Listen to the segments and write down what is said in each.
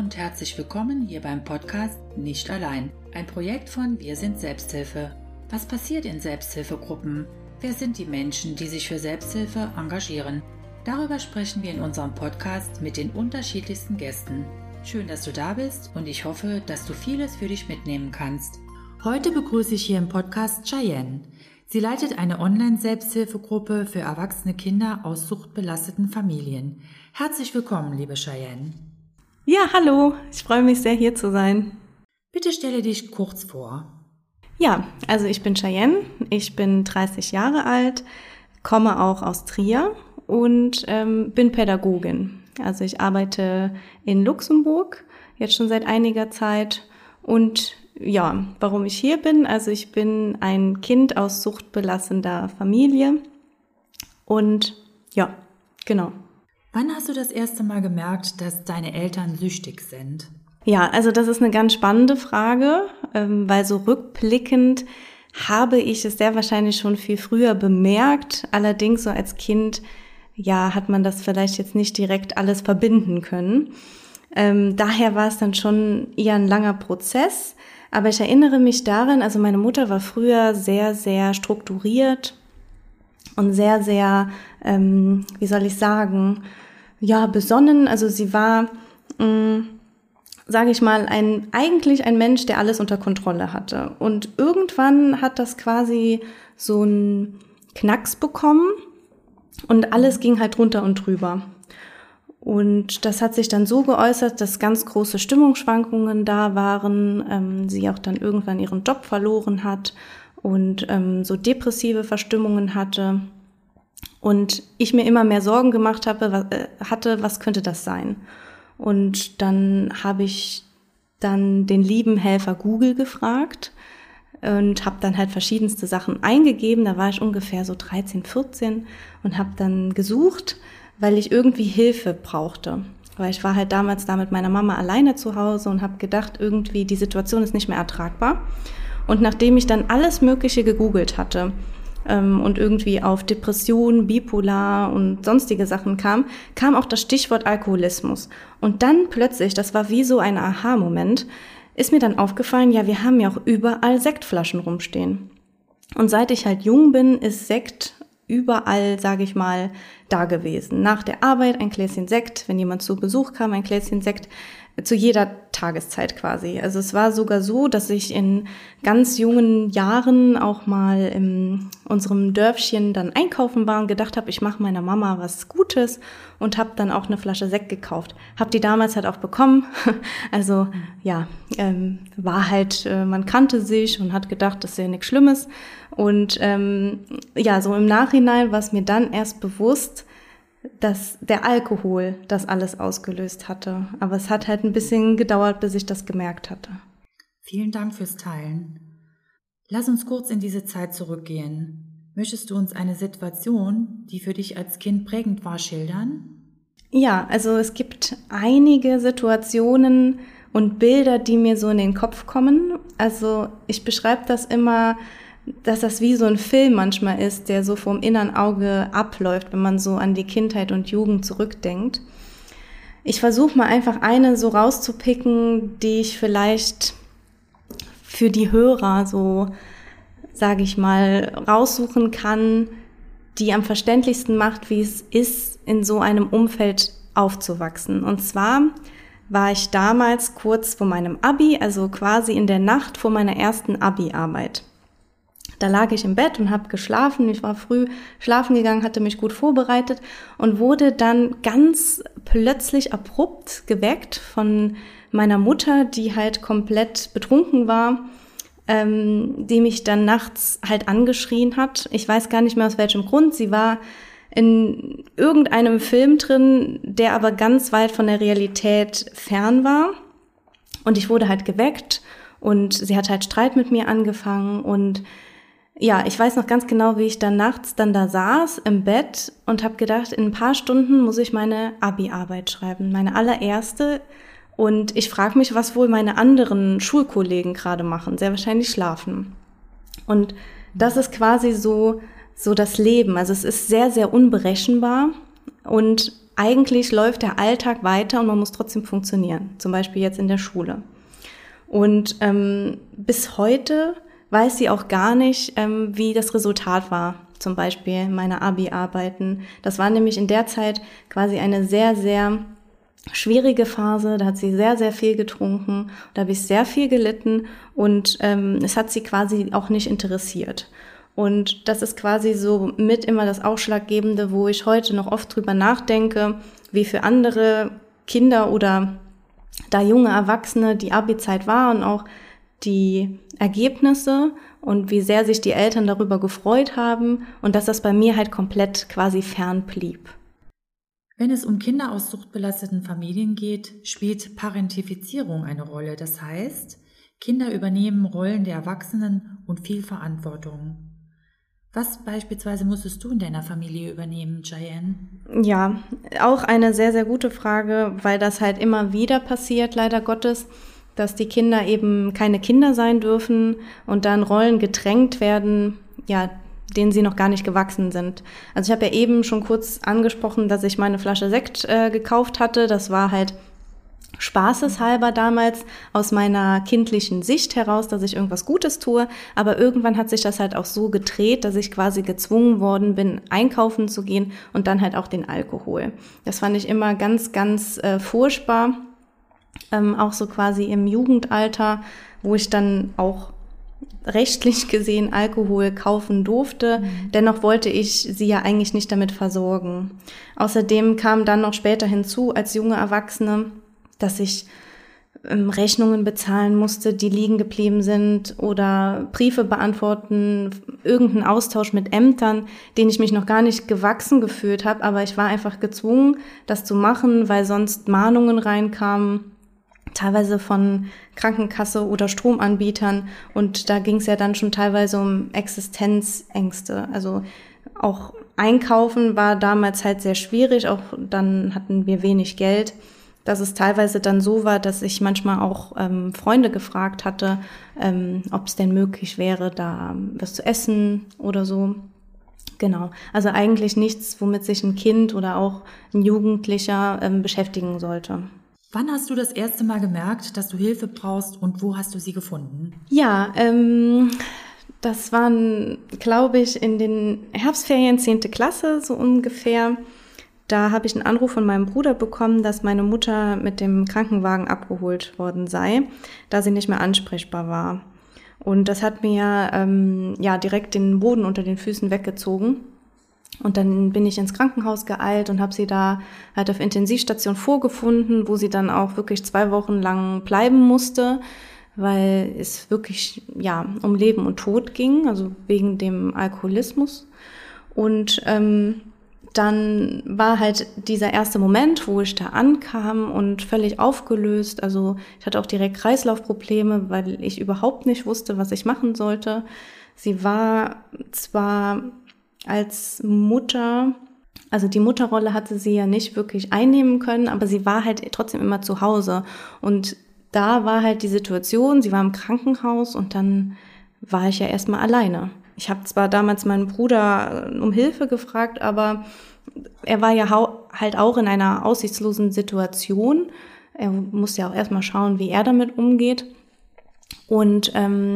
und herzlich willkommen hier beim Podcast Nicht allein, ein Projekt von Wir sind Selbsthilfe. Was passiert in Selbsthilfegruppen? Wer sind die Menschen, die sich für Selbsthilfe engagieren? Darüber sprechen wir in unserem Podcast mit den unterschiedlichsten Gästen. Schön, dass du da bist und ich hoffe, dass du vieles für dich mitnehmen kannst. Heute begrüße ich hier im Podcast Cheyenne. Sie leitet eine Online-Selbsthilfegruppe für erwachsene Kinder aus suchtbelasteten Familien. Herzlich willkommen, liebe Cheyenne. Ja, hallo, ich freue mich sehr, hier zu sein. Bitte stelle dich kurz vor. Ja, also ich bin Cheyenne, ich bin 30 Jahre alt, komme auch aus Trier und bin Pädagogin. Also ich arbeite in Luxemburg, jetzt schon seit einiger Zeit. Und ja, warum ich hier bin, also ich bin ein Kind aus suchtbelastender Familie und ja, genau. Wann hast du das erste Mal gemerkt, dass deine Eltern süchtig sind? Ja, also das ist eine ganz spannende Frage, weil so rückblickend habe ich es sehr wahrscheinlich schon viel früher bemerkt. Allerdings so als Kind, ja, hat man das vielleicht jetzt nicht direkt alles verbinden können. Daher war es dann schon eher ein langer Prozess. Aber ich erinnere mich daran, also meine Mutter war früher sehr, sehr strukturiert und sehr, sehr, wie soll ich sagen, ja, besonnen. Also sie war, sage ich mal, eigentlich ein Mensch, der alles unter Kontrolle hatte. Und irgendwann hat das quasi so einen Knacks bekommen und alles ging halt drunter und drüber. Und das hat sich dann so geäußert, dass ganz große Stimmungsschwankungen da waren, sie auch dann irgendwann ihren Job verloren hat und so depressive Verstimmungen hatte. Und ich mir immer mehr Sorgen gemacht hatte, was könnte das sein? Und dann habe ich dann den lieben Helfer Google gefragt und habe dann halt verschiedenste Sachen eingegeben. Da war ich ungefähr so 13, 14 und habe dann gesucht, weil ich irgendwie Hilfe brauchte. Weil ich war halt damals da mit meiner Mama alleine zu Hause und habe gedacht, irgendwie die Situation ist nicht mehr ertragbar. Und nachdem ich dann alles Mögliche gegoogelt hatte und irgendwie auf Depression, Bipolar und sonstige Sachen kam auch das Stichwort Alkoholismus. Und dann plötzlich, das war wie so ein Aha-Moment, ist mir dann aufgefallen, ja, wir haben ja auch überall Sektflaschen rumstehen. Und seit ich halt jung bin, ist Sekt überall, sage ich mal, da gewesen. Nach der Arbeit ein Gläschen Sekt, wenn jemand zu Besuch kam, ein Gläschen Sekt, zu jeder Tageszeit quasi. Also es war sogar so, dass ich in ganz jungen Jahren auch mal in unserem Dörfchen dann einkaufen war und gedacht habe, ich mache meiner Mama was Gutes und habe dann auch eine Flasche Sekt gekauft. Habe die damals halt auch bekommen. Also ja, war halt, man kannte sich und hat gedacht, das ist ja nichts Schlimmes. Und ja, so im Nachhinein war es mir dann erst bewusst, dass der Alkohol das alles ausgelöst hatte. Aber es hat halt ein bisschen gedauert, bis ich das gemerkt hatte. Vielen Dank fürs Teilen. Lass uns kurz in diese Zeit zurückgehen. Möchtest du uns eine Situation, die für dich als Kind prägend war, schildern? Ja, also es gibt einige Situationen und Bilder, die mir so in den Kopf kommen. Also ich beschreibe das immer, dass das wie so ein Film manchmal ist, der so vorm inneren Auge abläuft, wenn man so an die Kindheit und Jugend zurückdenkt. Ich versuche mal einfach eine so rauszupicken, die ich vielleicht für die Hörer so, sage ich mal, raussuchen kann, die am verständlichsten macht, wie es ist, in so einem Umfeld aufzuwachsen. Und zwar war ich damals kurz vor meinem Abi, also quasi in der Nacht vor meiner ersten Abi-Arbeit. Da lag ich im Bett und habe geschlafen. Ich war früh schlafen gegangen, hatte mich gut vorbereitet und wurde dann ganz plötzlich abrupt geweckt von meiner Mutter, die halt komplett betrunken war, die mich dann nachts halt angeschrien hat. Ich weiß gar nicht mehr aus welchem Grund. Sie war in irgendeinem Film drin, der aber ganz weit von der Realität fern war. Und ich wurde halt geweckt und sie hat halt Streit mit mir angefangen und ja, ich weiß noch ganz genau, wie ich dann nachts dann da saß im Bett und habe gedacht, in ein paar Stunden muss ich meine Abi-Arbeit schreiben, meine allererste. Und ich frage mich, was wohl meine anderen Schulkollegen gerade machen. Sehr wahrscheinlich schlafen. Und das ist quasi so das Leben. Also es ist sehr, sehr unberechenbar. Und eigentlich läuft der Alltag weiter und man muss trotzdem funktionieren, zum Beispiel jetzt in der Schule. Und bis heute weiß sie auch gar nicht, wie das Resultat war, zum Beispiel meine Abi-Arbeiten. Das war nämlich in der Zeit quasi eine sehr, sehr schwierige Phase. Da hat sie sehr, sehr viel getrunken, da habe ich sehr viel gelitten und es hat sie quasi auch nicht interessiert. Und das ist quasi so mit immer das Ausschlaggebende, wo ich heute noch oft drüber nachdenke, wie für andere Kinder oder da junge Erwachsene die Abi-Zeit war und auch die Ergebnisse und wie sehr sich die Eltern darüber gefreut haben und dass das bei mir halt komplett quasi fern blieb. Wenn es um Kinder aus suchtbelasteten Familien geht, spielt Parentifizierung eine Rolle. Das heißt, Kinder übernehmen Rollen der Erwachsenen und viel Verantwortung. Was beispielsweise musstest du in deiner Familie übernehmen, Cheyenne? Ja, auch eine sehr, sehr gute Frage, weil das halt immer wieder passiert, leider Gottes, dass die Kinder eben keine Kinder sein dürfen und dann Rollen gedrängt werden, ja, denen sie noch gar nicht gewachsen sind. Also ich habe ja eben schon kurz angesprochen, dass ich meine Flasche Sekt gekauft hatte. Das war halt spaßeshalber damals aus meiner kindlichen Sicht heraus, dass ich irgendwas Gutes tue. Aber irgendwann hat sich das halt auch so gedreht, dass ich quasi gezwungen worden bin, einkaufen zu gehen und dann halt auch den Alkohol. Das fand ich immer ganz, ganz furchtbar. Auch so quasi im Jugendalter, wo ich dann auch rechtlich gesehen Alkohol kaufen durfte. Dennoch wollte ich sie ja eigentlich nicht damit versorgen. Außerdem kam dann noch später hinzu, als junge Erwachsene, dass ich Rechnungen bezahlen musste, die liegen geblieben sind oder Briefe beantworten, irgendeinen Austausch mit Ämtern, den ich mich noch gar nicht gewachsen gefühlt habe, aber ich war einfach gezwungen, das zu machen, weil sonst Mahnungen reinkamen, teilweise von Krankenkasse oder Stromanbietern und da ging es ja dann schon teilweise um Existenzängste. Also auch einkaufen war damals halt sehr schwierig, auch dann hatten wir wenig Geld, dass es teilweise dann so war, dass ich manchmal auch Freunde gefragt hatte, ob es denn möglich wäre, da was zu essen oder so. Genau, also eigentlich nichts, womit sich ein Kind oder auch ein Jugendlicher beschäftigen sollte. Wann hast du das erste Mal gemerkt, dass du Hilfe brauchst und wo hast du sie gefunden? Ja, das waren, glaube ich, in den Herbstferien 10. Klasse so ungefähr. Da habe ich einen Anruf von meinem Bruder bekommen, dass meine Mutter mit dem Krankenwagen abgeholt worden sei, da sie nicht mehr ansprechbar war. Und das hat mir direkt den Boden unter den Füßen weggezogen. Und dann bin ich ins Krankenhaus geeilt und habe sie da halt auf Intensivstation vorgefunden, wo sie dann auch wirklich 2 Wochen lang bleiben musste, weil es wirklich um Leben und Tod ging, also wegen dem Alkoholismus. Und dann war halt dieser erste Moment, wo ich da ankam und völlig aufgelöst. Also ich hatte auch direkt Kreislaufprobleme, weil ich überhaupt nicht wusste, was ich machen sollte. Sie war zwar als Mutter, also die Mutterrolle hatte sie ja nicht wirklich einnehmen können, aber sie war halt trotzdem immer zu Hause. Und da war halt die Situation, sie war im Krankenhaus und dann war ich ja erstmal alleine. Ich habe zwar damals meinen Bruder um Hilfe gefragt, aber er war ja halt auch in einer aussichtslosen Situation. Er musste ja auch erstmal schauen, wie er damit umgeht. Und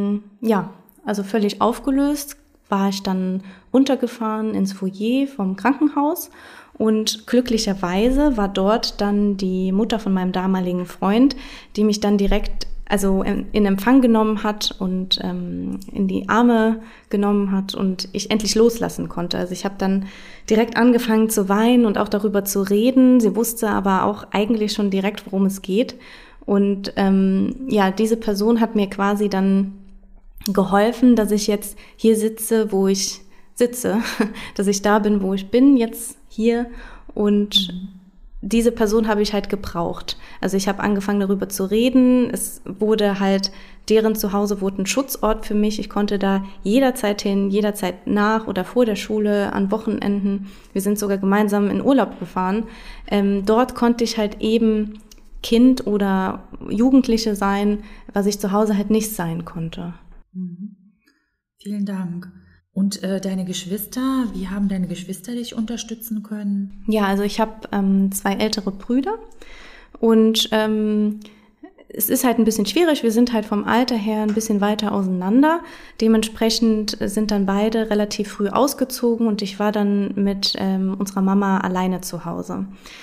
also völlig aufgelöst war ich dann runtergefahren ins Foyer vom Krankenhaus und glücklicherweise war dort dann die Mutter von meinem damaligen Freund, die mich dann direkt in Empfang genommen hat und in die Arme genommen hat und ich endlich loslassen konnte. Also ich habe dann direkt angefangen zu weinen und auch darüber zu reden. Sie wusste aber auch eigentlich schon direkt, worum es geht. Und diese Person hat mir quasi dann geholfen, dass ich jetzt hier sitze, wo ich sitze, dass ich da bin, wo ich bin, jetzt hier und diese Person habe ich halt gebraucht. Also ich habe angefangen darüber zu reden, es wurde halt, deren Zuhause wurde ein Schutzort für mich, ich konnte da jederzeit hin, jederzeit nach oder vor der Schule, an Wochenenden, wir sind sogar gemeinsam in Urlaub gefahren, dort konnte ich halt eben Kind oder Jugendliche sein, was ich zu Hause halt nicht sein konnte. Vielen Dank. Und deine Geschwister, wie haben deine Geschwister dich unterstützen können? Ja, also ich habe 2 ältere Brüder und es ist halt ein bisschen schwierig. Wir sind halt vom Alter her ein bisschen weiter auseinander. Dementsprechend sind dann beide relativ früh ausgezogen und ich war dann mit unserer Mama alleine zu Hause.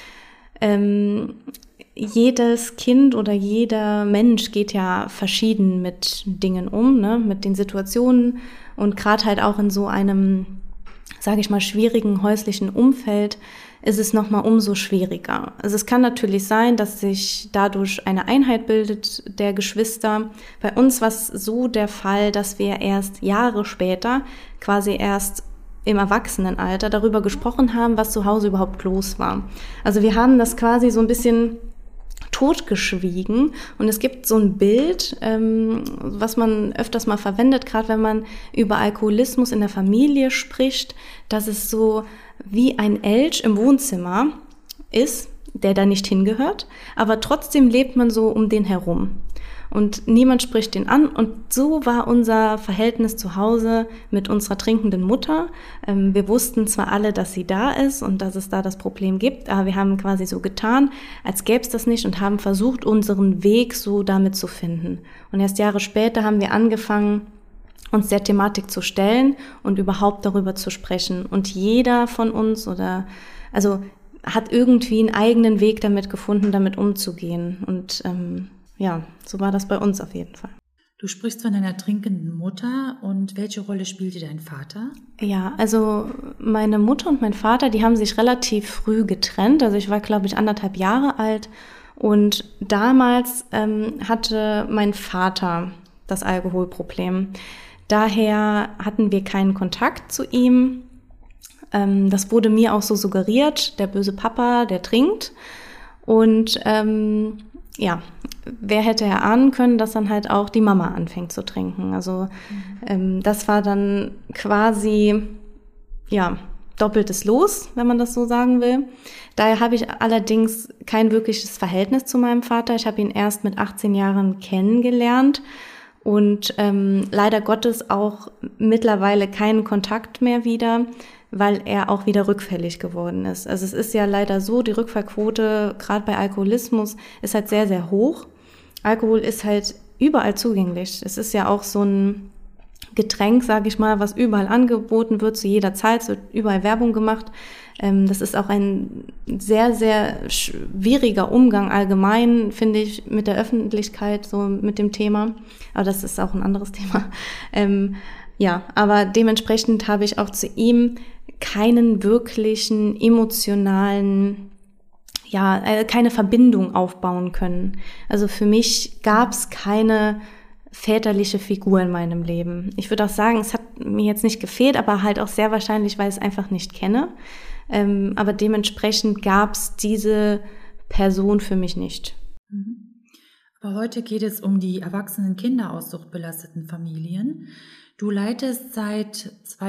Jedes Kind oder jeder Mensch geht ja verschieden mit Dingen um, ne? Mit den Situationen und gerade halt auch in so einem, sage ich mal, schwierigen häuslichen Umfeld ist es nochmal umso schwieriger. Also es kann natürlich sein, dass sich dadurch eine Einheit bildet der Geschwister. Bei uns war es so der Fall, dass wir erst Jahre später, quasi erst im Erwachsenenalter, darüber gesprochen haben, was zu Hause überhaupt los war. Also wir haben das quasi so ein bisschen totgeschwiegen und es gibt so ein Bild, was man öfters mal verwendet, gerade wenn man über Alkoholismus in der Familie spricht, dass es so wie ein Elch im Wohnzimmer ist, der da nicht hingehört, aber trotzdem lebt man so um den herum. Und niemand spricht den an. Und so war unser Verhältnis zu Hause mit unserer trinkenden Mutter. Wir wussten zwar alle, dass sie da ist und dass es da das Problem gibt, aber wir haben quasi so getan, als gäbe es das nicht und haben versucht, unseren Weg so damit zu finden. Und erst Jahre später haben wir angefangen, uns der Thematik zu stellen und überhaupt darüber zu sprechen. Und jeder von uns hat irgendwie einen eigenen Weg damit gefunden, damit umzugehen. Und ja, so war das bei uns auf jeden Fall. Du sprichst von deiner trinkenden Mutter und welche Rolle spielte dein Vater? Ja, also meine Mutter und mein Vater, die haben sich relativ früh getrennt. Also ich war, glaube ich, 1,5 Jahre alt und damals hatte mein Vater das Alkoholproblem. Daher hatten wir keinen Kontakt zu ihm. Das wurde mir auch so suggeriert, der böse Papa, der trinkt. Und ja, wer hätte erahnen können, dass dann halt auch die Mama anfängt zu trinken. Also das war dann quasi, ja, doppeltes Los, wenn man das so sagen will. Daher habe ich allerdings kein wirkliches Verhältnis zu meinem Vater. Ich habe ihn erst mit 18 Jahren kennengelernt und leider Gottes auch mittlerweile keinen Kontakt mehr wieder, weil er auch wieder rückfällig geworden ist. Also es ist ja leider so, die Rückfallquote, gerade bei Alkoholismus, ist halt sehr, sehr hoch. Alkohol ist halt überall zugänglich. Es ist ja auch so ein Getränk, sage ich mal, was überall angeboten wird, zu jeder Zeit, es wird überall Werbung gemacht. Das ist auch ein sehr, sehr schwieriger Umgang allgemein, finde ich, mit der Öffentlichkeit, so mit dem Thema. Aber das ist auch ein anderes Thema. Ja, aber dementsprechend habe ich auch zu ihm keinen wirklichen emotionalen, keine Verbindung aufbauen können. Also für mich gab es keine väterliche Figur in meinem Leben. Ich würde auch sagen, es hat mir jetzt nicht gefehlt, aber halt auch sehr wahrscheinlich, weil ich es einfach nicht kenne. Aber dementsprechend gab es diese Person für mich nicht. Aber heute geht es um die erwachsenen Kinder aus suchtbelasteten Familien. Du leitest seit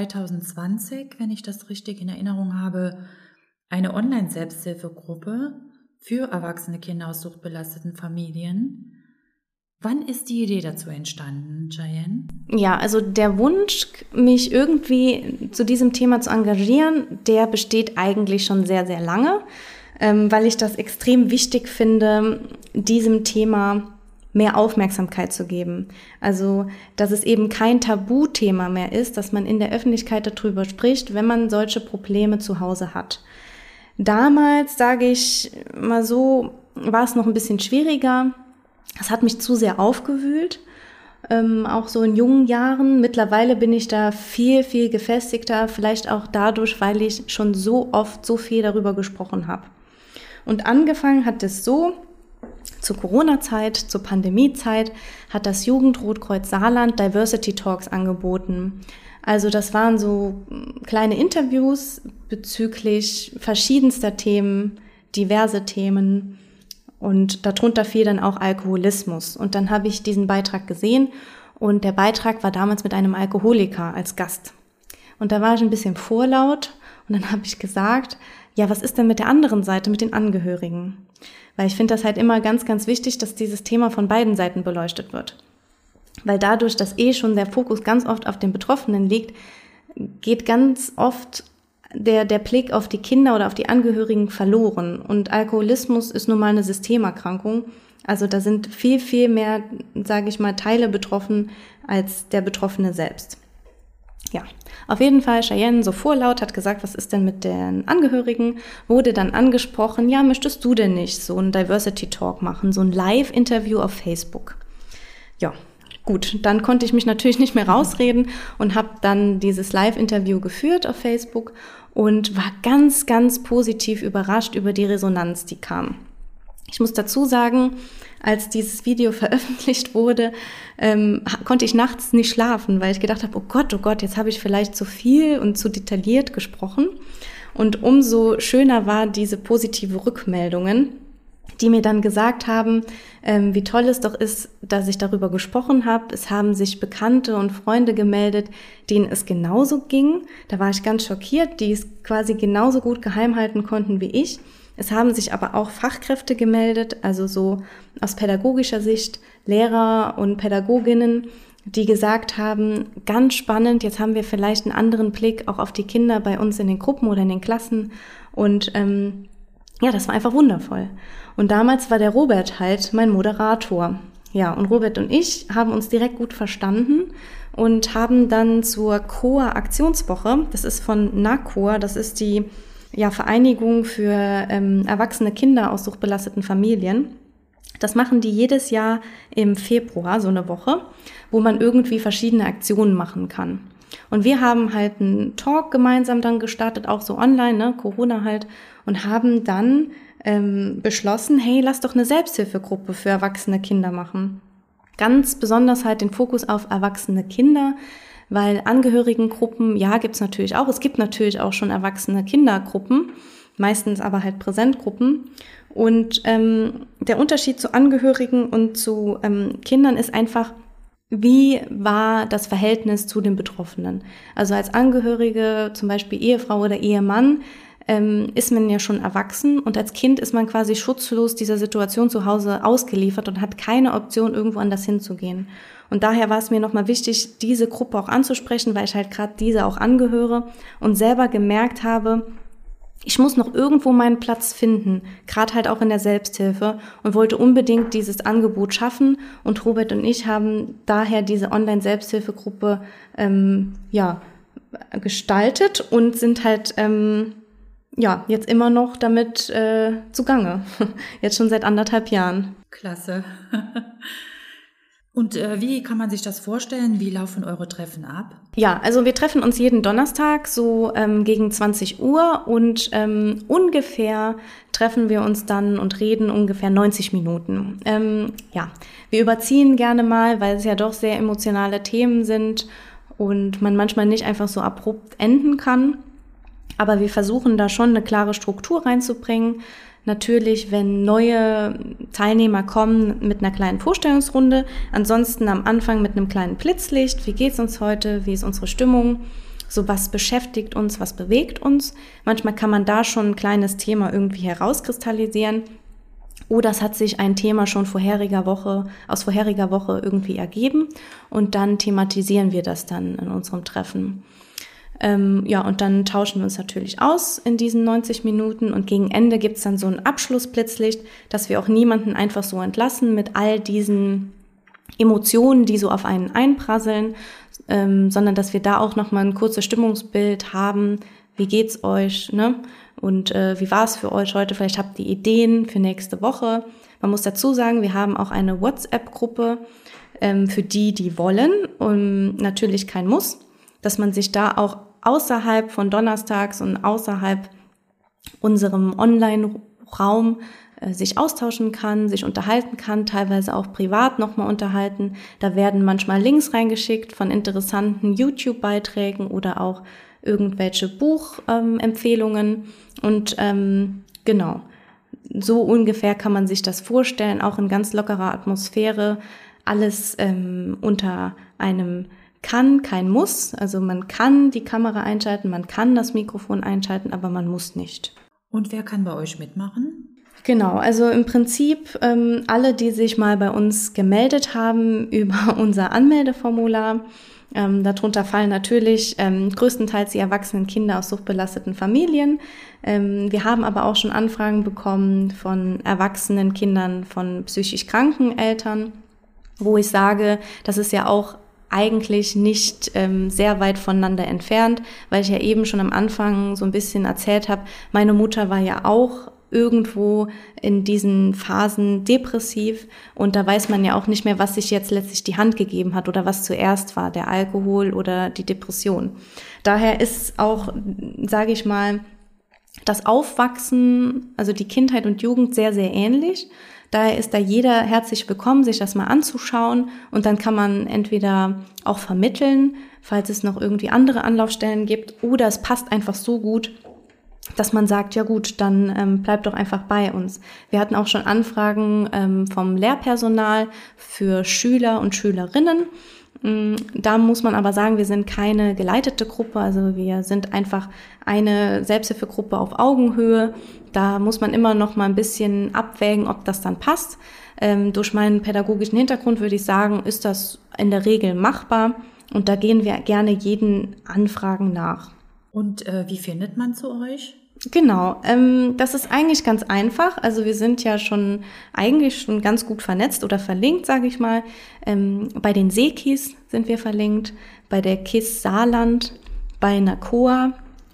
2020, wenn ich das richtig in Erinnerung habe, eine Online-Selbsthilfegruppe für erwachsene Kinder aus suchtbelasteten Familien. Wann ist die Idee dazu entstanden, Cheyenne? Ja, also der Wunsch, mich irgendwie zu diesem Thema zu engagieren, der besteht eigentlich schon sehr, sehr lange, weil ich das extrem wichtig finde, diesem Thema mehr Aufmerksamkeit zu geben. Also, dass es eben kein Tabuthema mehr ist, dass man in der Öffentlichkeit darüber spricht, wenn man solche Probleme zu Hause hat. Damals, sage ich mal so, war es noch ein bisschen schwieriger. Es hat mich zu sehr aufgewühlt, auch so in jungen Jahren. Mittlerweile bin ich da viel, viel gefestigter, vielleicht auch dadurch, weil ich schon so oft so viel darüber gesprochen habe. Und angefangen hat es so, zur Corona-Zeit, zur Pandemie-Zeit hat das Jugendrotkreuz Saarland Diversity Talks angeboten. Also das waren so kleine Interviews bezüglich verschiedenster Themen, diverse Themen und darunter fiel dann auch Alkoholismus. Und dann habe ich diesen Beitrag gesehen und der Beitrag war damals mit einem Alkoholiker als Gast. Und da war ich ein bisschen vorlaut und dann habe ich gesagt, ja, was ist denn mit der anderen Seite, mit den Angehörigen? Weil ich finde das halt immer ganz, ganz wichtig, dass dieses Thema von beiden Seiten beleuchtet wird. Weil dadurch, dass schon der Fokus ganz oft auf den Betroffenen liegt, geht ganz oft der Blick auf die Kinder oder auf die Angehörigen verloren. Und Alkoholismus ist nun mal eine Systemerkrankung. Also da sind viel, viel mehr, sage ich mal, Teile betroffen als der Betroffene selbst. Ja, auf jeden Fall, Cheyenne, so vorlaut, hat gesagt, was ist denn mit den Angehörigen? Wurde dann angesprochen, ja, möchtest du denn nicht so einen Diversity Talk machen, so ein Live-Interview auf Facebook? Ja, gut, dann konnte ich mich natürlich nicht mehr rausreden und habe dann dieses Live-Interview geführt auf Facebook und war ganz, ganz positiv überrascht über die Resonanz, die kam. Ich muss dazu sagen, als dieses Video veröffentlicht wurde, konnte ich nachts nicht schlafen, weil ich gedacht habe, oh Gott, jetzt habe ich vielleicht zu viel und zu detailliert gesprochen. Und umso schöner war diese positive Rückmeldungen, die mir dann gesagt haben, wie toll es doch ist, dass ich darüber gesprochen habe. Es haben sich Bekannte und Freunde gemeldet, denen es genauso ging. Da war ich ganz schockiert, die es quasi genauso gut geheim halten konnten wie ich. Es haben sich aber auch Fachkräfte gemeldet, also so aus pädagogischer Sicht Lehrer und Pädagoginnen, die gesagt haben, ganz spannend, jetzt haben wir vielleicht einen anderen Blick auch auf die Kinder bei uns in den Gruppen oder in den Klassen. Und ja, das war einfach wundervoll. Und damals war der Robert halt mein Moderator. Ja, und Robert und ich haben uns direkt gut verstanden und haben dann zur COA-Aktionswoche, das ist von NACOA, das ist die Vereinigung für erwachsene Kinder aus suchtbelasteten Familien. Das machen die jedes Jahr im Februar, so eine Woche, wo man irgendwie verschiedene Aktionen machen kann. Und wir haben halt einen Talk gemeinsam dann gestartet, auch so online, ne, Corona halt, und haben dann beschlossen, hey, lass doch eine Selbsthilfegruppe für erwachsene Kinder machen. Ganz besonders halt den Fokus auf erwachsene Kinder, weil Angehörigengruppen, ja, gibt's natürlich auch. Es gibt natürlich auch schon erwachsene Kindergruppen, meistens aber halt Präsentgruppen. Und der Unterschied zu Angehörigen und zu Kindern ist einfach, wie war das Verhältnis zu den Betroffenen? Also als Angehörige, zum Beispiel Ehefrau oder Ehemann, ist man ja schon erwachsen und als Kind ist man quasi schutzlos dieser Situation zu Hause ausgeliefert und hat keine Option, irgendwo anders hinzugehen. Und daher war es mir nochmal wichtig, diese Gruppe auch anzusprechen, weil ich halt gerade diese auch angehöre und selber gemerkt habe, ich muss noch irgendwo meinen Platz finden, gerade halt auch in der Selbsthilfe und wollte unbedingt dieses Angebot schaffen. Und Robert und ich haben daher diese Online-Selbsthilfegruppe gestaltet und sind halt jetzt immer noch damit zugange. Jetzt schon seit 1,5 Jahren. Klasse. Und wie kann man sich das vorstellen? Wie laufen eure Treffen ab? Ja, also wir treffen uns jeden Donnerstag so gegen 20 Uhr und ungefähr treffen wir uns dann und reden ungefähr 90 Minuten. Wir überziehen gerne mal, weil es ja doch sehr emotionale Themen sind und man manchmal nicht einfach so abrupt enden kann. Aber wir versuchen da schon eine klare Struktur reinzubringen. Natürlich, wenn neue Teilnehmer kommen, mit einer kleinen Vorstellungsrunde. Ansonsten am Anfang mit einem kleinen Blitzlicht. Wie geht's uns heute? Wie ist unsere Stimmung? So, was beschäftigt uns? Was bewegt uns? Manchmal kann man da schon ein kleines Thema irgendwie herauskristallisieren. Oder es hat sich ein Thema schon aus vorheriger Woche irgendwie ergeben. Und dann thematisieren wir das dann in unserem Treffen. Und dann tauschen wir uns natürlich aus in diesen 90 Minuten und gegen Ende gibt's dann so ein Abschlussblitzlicht, dass wir auch niemanden einfach so entlassen mit all diesen Emotionen, die so auf einen einprasseln, sondern dass wir da auch nochmal ein kurzes Stimmungsbild haben, wie geht's euch, ne? Und wie war es für euch heute? Vielleicht habt ihr Ideen für nächste Woche. Man muss dazu sagen, wir haben auch eine WhatsApp-Gruppe für die wollen und natürlich kein Muss, dass man sich da auch außerhalb von Donnerstags und außerhalb unserem Online-Raum sich austauschen kann, sich unterhalten kann, teilweise auch privat nochmal unterhalten. Da werden manchmal Links reingeschickt von interessanten YouTube-Beiträgen oder auch irgendwelche Buchempfehlungen. Und genau, so ungefähr kann man sich das vorstellen, auch in ganz lockerer Atmosphäre. Alles unter einem kann, kein Muss. Also man kann die Kamera einschalten, man kann das Mikrofon einschalten, aber man muss nicht. Und wer kann bei euch mitmachen? Genau, also im Prinzip alle, die sich mal bei uns gemeldet haben über unser Anmeldeformular. Darunter fallen natürlich größtenteils die erwachsenen Kinder aus suchtbelasteten Familien. Wir haben aber auch schon Anfragen bekommen von erwachsenen Kindern von psychisch kranken Eltern, wo ich sage, das ist ja auch eigentlich nicht sehr weit voneinander entfernt, weil ich ja eben schon am Anfang so ein bisschen erzählt habe, meine Mutter war ja auch irgendwo in diesen Phasen depressiv und da weiß man ja auch nicht mehr, was sich jetzt letztlich die Hand gegeben hat oder was zuerst war, der Alkohol oder die Depression. Daher ist auch, sage ich mal, das Aufwachsen, also die Kindheit und Jugend sehr, sehr ähnlich. Daher ist da jeder herzlich willkommen, sich das mal anzuschauen und dann kann man entweder auch vermitteln, falls es noch irgendwie andere Anlaufstellen gibt oder es passt einfach so gut, dass man sagt, ja gut, dann bleibt doch einfach bei uns. Wir hatten auch schon Anfragen vom Lehrpersonal für Schüler und Schülerinnen. Da muss man aber sagen, wir sind keine geleitete Gruppe, also wir sind einfach eine Selbsthilfegruppe auf Augenhöhe. Da muss man immer noch mal ein bisschen abwägen, ob das dann passt. Durch meinen pädagogischen Hintergrund würde ich sagen, ist das in der Regel machbar und da gehen wir gerne jeden Anfragen nach. Und wie findet man zu euch? Genau, das ist eigentlich ganz einfach. Also wir sind ja eigentlich schon ganz gut vernetzt oder verlinkt, sage ich mal. Bei den Seekis sind wir verlinkt, bei der KISS Saarland, bei NACOA.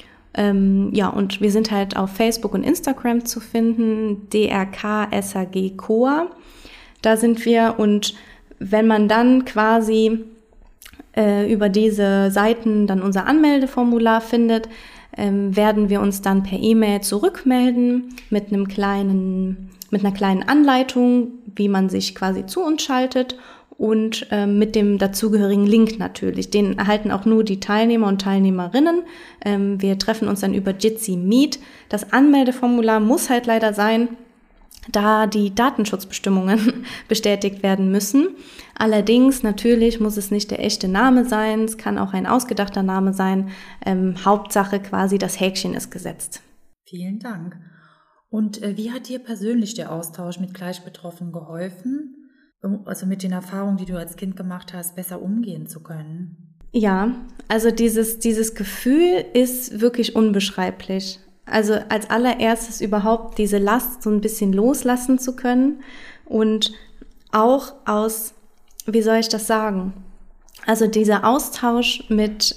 Und wir sind halt auf Facebook und Instagram zu finden, DRK-SAG-COA. Da sind wir und wenn man dann quasi über diese Seiten dann unser Anmeldeformular findet, werden wir uns dann per E-Mail zurückmelden mit einer kleinen Anleitung, wie man sich quasi zu uns schaltet und mit dem dazugehörigen Link natürlich. Den erhalten auch nur die Teilnehmer und Teilnehmerinnen. Wir treffen uns dann über Jitsi Meet. Das Anmeldeformular muss halt leider sein, da die Datenschutzbestimmungen bestätigt werden müssen. Allerdings natürlich muss es nicht der echte Name sein, es kann auch ein ausgedachter Name sein. Hauptsache quasi das Häkchen ist gesetzt. Vielen Dank. Und wie hat dir persönlich der Austausch mit Gleichbetroffenen geholfen, also mit den Erfahrungen, die du als Kind gemacht hast, besser umgehen zu können? Ja, also dieses Gefühl ist wirklich unbeschreiblich. Also als allererstes überhaupt diese Last so ein bisschen loslassen zu können und auch aus, wie soll ich das sagen? Also dieser Austausch mit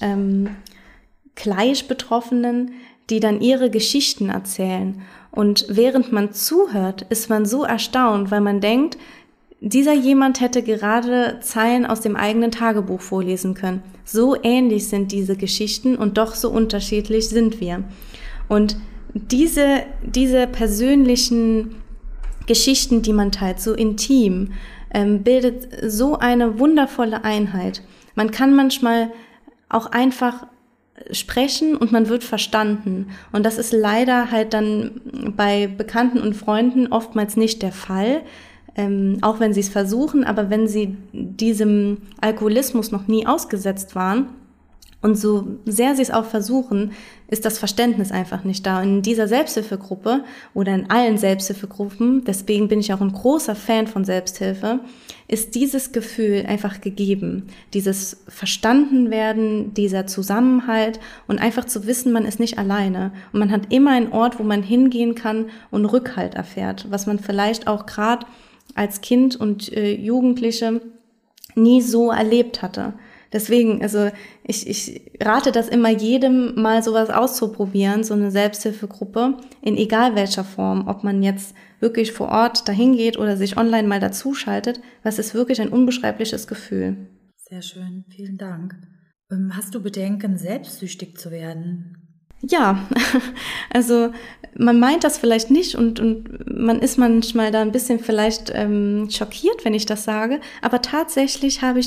Gleichbetroffenen, die dann ihre Geschichten erzählen. Und während man zuhört, ist man so erstaunt, weil man denkt, dieser jemand hätte gerade Zeilen aus dem eigenen Tagebuch vorlesen können. So ähnlich sind diese Geschichten und doch so unterschiedlich sind wir. Und diese persönlichen Geschichten, die man teilt, so intim, bildet so eine wundervolle Einheit. Man kann manchmal auch einfach sprechen und man wird verstanden. Und das ist leider halt dann bei Bekannten und Freunden oftmals nicht der Fall, auch wenn sie es versuchen, aber wenn sie diesem Alkoholismus noch nie ausgesetzt waren, und so sehr sie es auch versuchen, ist das Verständnis einfach nicht da. Und in dieser Selbsthilfegruppe oder in allen Selbsthilfegruppen, deswegen bin ich auch ein großer Fan von Selbsthilfe, ist dieses Gefühl einfach gegeben. Dieses Verstandenwerden, dieser Zusammenhalt und einfach zu wissen, man ist nicht alleine. Und man hat immer einen Ort, wo man hingehen kann und Rückhalt erfährt, was man vielleicht auch gerade als Kind und Jugendliche nie so erlebt hatte. Deswegen, also ich rate das immer jedem, mal sowas auszuprobieren, so eine Selbsthilfegruppe, in egal welcher Form, ob man jetzt wirklich vor Ort dahin geht oder sich online mal dazuschaltet, was ist wirklich ein unbeschreibliches Gefühl. Sehr schön, vielen Dank. Hast du Bedenken, selbstsüchtig zu werden? Ja, also man meint das vielleicht nicht und man ist manchmal da ein bisschen vielleicht schockiert, wenn ich das sage, aber tatsächlich habe ich das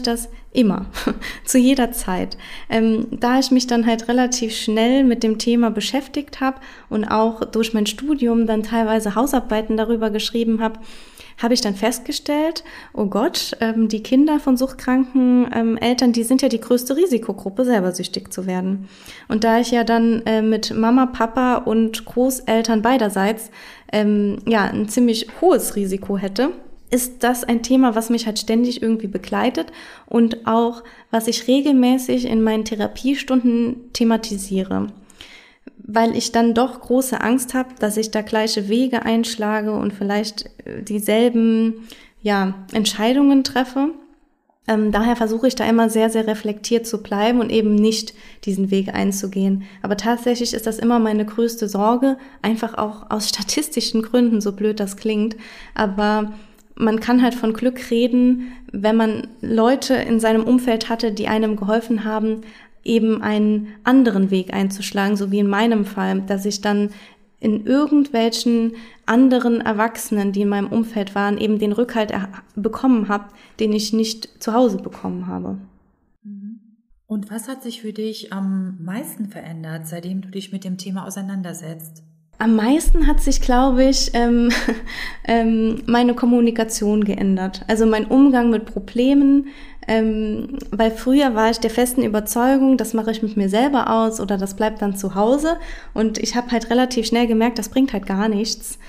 Immer, zu jeder Zeit. Da ich mich dann halt relativ schnell mit dem Thema beschäftigt habe und auch durch mein Studium dann teilweise Hausarbeiten darüber geschrieben habe, habe ich dann festgestellt, oh Gott, die Kinder von suchtkranken Eltern, die sind ja die größte Risikogruppe, selber süchtig zu werden. Und da ich ja dann mit Mama, Papa und Großeltern beiderseits ein ziemlich hohes Risiko hätte, ist das ein Thema, was mich halt ständig irgendwie begleitet und auch, was ich regelmäßig in meinen Therapiestunden thematisiere. Weil ich dann doch große Angst habe, dass ich da gleiche Wege einschlage und vielleicht dieselben Entscheidungen treffe. Daher versuche ich da immer sehr, sehr reflektiert zu bleiben und eben nicht diesen Weg einzugehen. Aber tatsächlich ist das immer meine größte Sorge, einfach auch aus statistischen Gründen, so blöd das klingt. Aber man kann halt von Glück reden, wenn man Leute in seinem Umfeld hatte, die einem geholfen haben, eben einen anderen Weg einzuschlagen, so wie in meinem Fall, dass ich dann in irgendwelchen anderen Erwachsenen, die in meinem Umfeld waren, eben den Rückhalt bekommen habe, den ich nicht zu Hause bekommen habe. Und was hat sich für dich am meisten verändert, seitdem du dich mit dem Thema auseinandersetzt? Am meisten hat sich, glaube ich, meine Kommunikation geändert. Also mein Umgang mit Problemen, weil früher war ich der festen Überzeugung, das mache ich mit mir selber aus oder das bleibt dann zu Hause. Und ich habe halt relativ schnell gemerkt, das bringt halt gar nichts.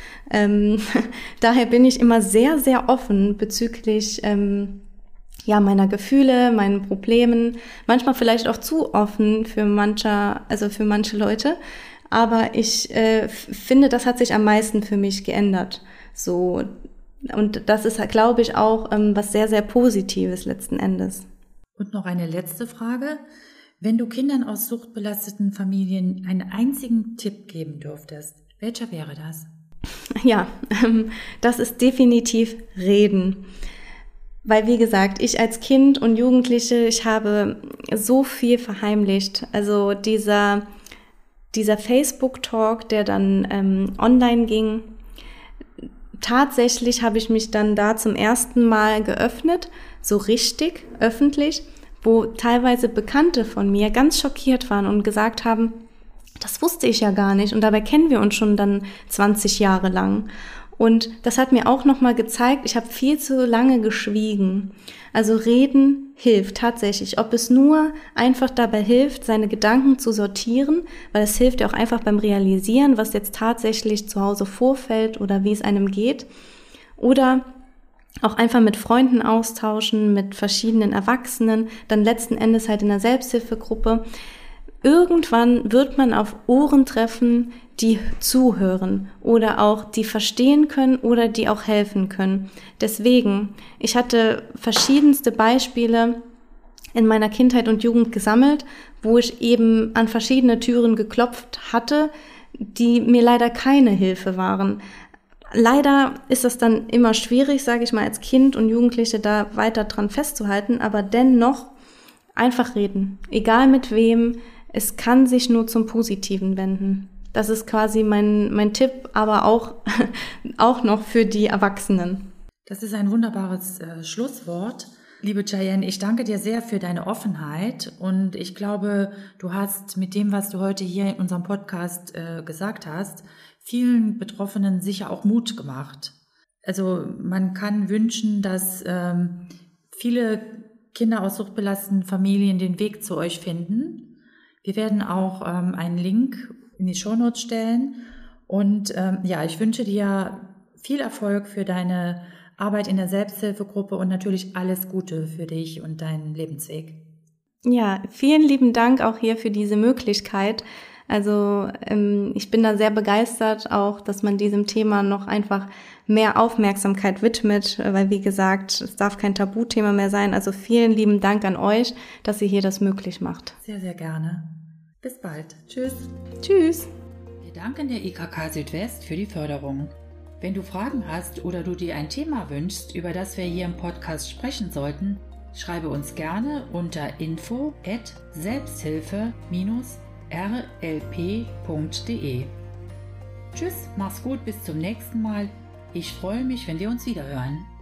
Daher bin ich immer sehr, sehr offen bezüglich meiner Gefühle, meinen Problemen. Manchmal vielleicht auch zu offen für manche Leute. Aber ich finde, das hat sich am meisten für mich geändert. So. Und das ist, glaube ich, auch was sehr, sehr Positives letzten Endes. Und noch eine letzte Frage. Wenn du Kindern aus suchtbelasteten Familien einen einzigen Tipp geben dürftest, welcher wäre das? Ja, das ist definitiv Reden. Weil, wie gesagt, ich als Kind und Jugendliche, ich habe so viel verheimlicht. Also dieser Facebook-Talk, der dann online ging, tatsächlich habe ich mich dann da zum ersten Mal geöffnet, so richtig, öffentlich, wo teilweise Bekannte von mir ganz schockiert waren und gesagt haben, das wusste ich ja gar nicht und dabei kennen wir uns schon dann 20 Jahre lang. Und das hat mir auch nochmal gezeigt, ich habe viel zu lange geschwiegen. Also reden hilft tatsächlich. Ob es nur einfach dabei hilft, seine Gedanken zu sortieren, weil es hilft ja auch einfach beim Realisieren, was jetzt tatsächlich zu Hause vorfällt oder wie es einem geht. Oder auch einfach mit Freunden austauschen, mit verschiedenen Erwachsenen, dann letzten Endes halt in der Selbsthilfegruppe. Irgendwann wird man auf Ohren treffen, die zuhören oder auch die verstehen können oder die auch helfen können. Deswegen, ich hatte verschiedenste Beispiele in meiner Kindheit und Jugend gesammelt, wo ich eben an verschiedene Türen geklopft hatte, die mir leider keine Hilfe waren. Leider ist das dann immer schwierig, sage ich mal, als Kind und Jugendliche da weiter dran festzuhalten, aber dennoch einfach reden, egal mit wem. Es kann sich nur zum Positiven wenden. Das ist quasi mein Tipp, aber auch noch für die Erwachsenen. Das ist ein wunderbares Schlusswort. Liebe Cheyenne, ich danke dir sehr für deine Offenheit und ich glaube, du hast mit dem, was du heute hier in unserem Podcast gesagt hast, vielen Betroffenen sicher auch Mut gemacht. Also man kann wünschen, dass viele Kinder aus suchtbelasteten Familien den Weg zu euch finden. Wir werden auch einen Link in die Shownotes stellen und ich wünsche dir viel Erfolg für deine Arbeit in der Selbsthilfegruppe und natürlich alles Gute für dich und deinen Lebensweg. Ja, vielen lieben Dank auch hier für diese Möglichkeit. Also ich bin da sehr begeistert auch, dass man diesem Thema noch einfach mehr Aufmerksamkeit widmet, weil wie gesagt, es darf kein Tabuthema mehr sein. Also vielen lieben Dank an euch, dass ihr hier das möglich macht. Sehr, sehr gerne. Bis bald. Tschüss. Tschüss. Wir danken der IKK Südwest für die Förderung. Wenn du Fragen hast oder du dir ein Thema wünschst, über das wir hier im Podcast sprechen sollten, schreibe uns gerne unter info@selbsthilfe-rlp.de. Tschüss, mach's gut, bis zum nächsten Mal. Ich freue mich, wenn wir uns wieder hören.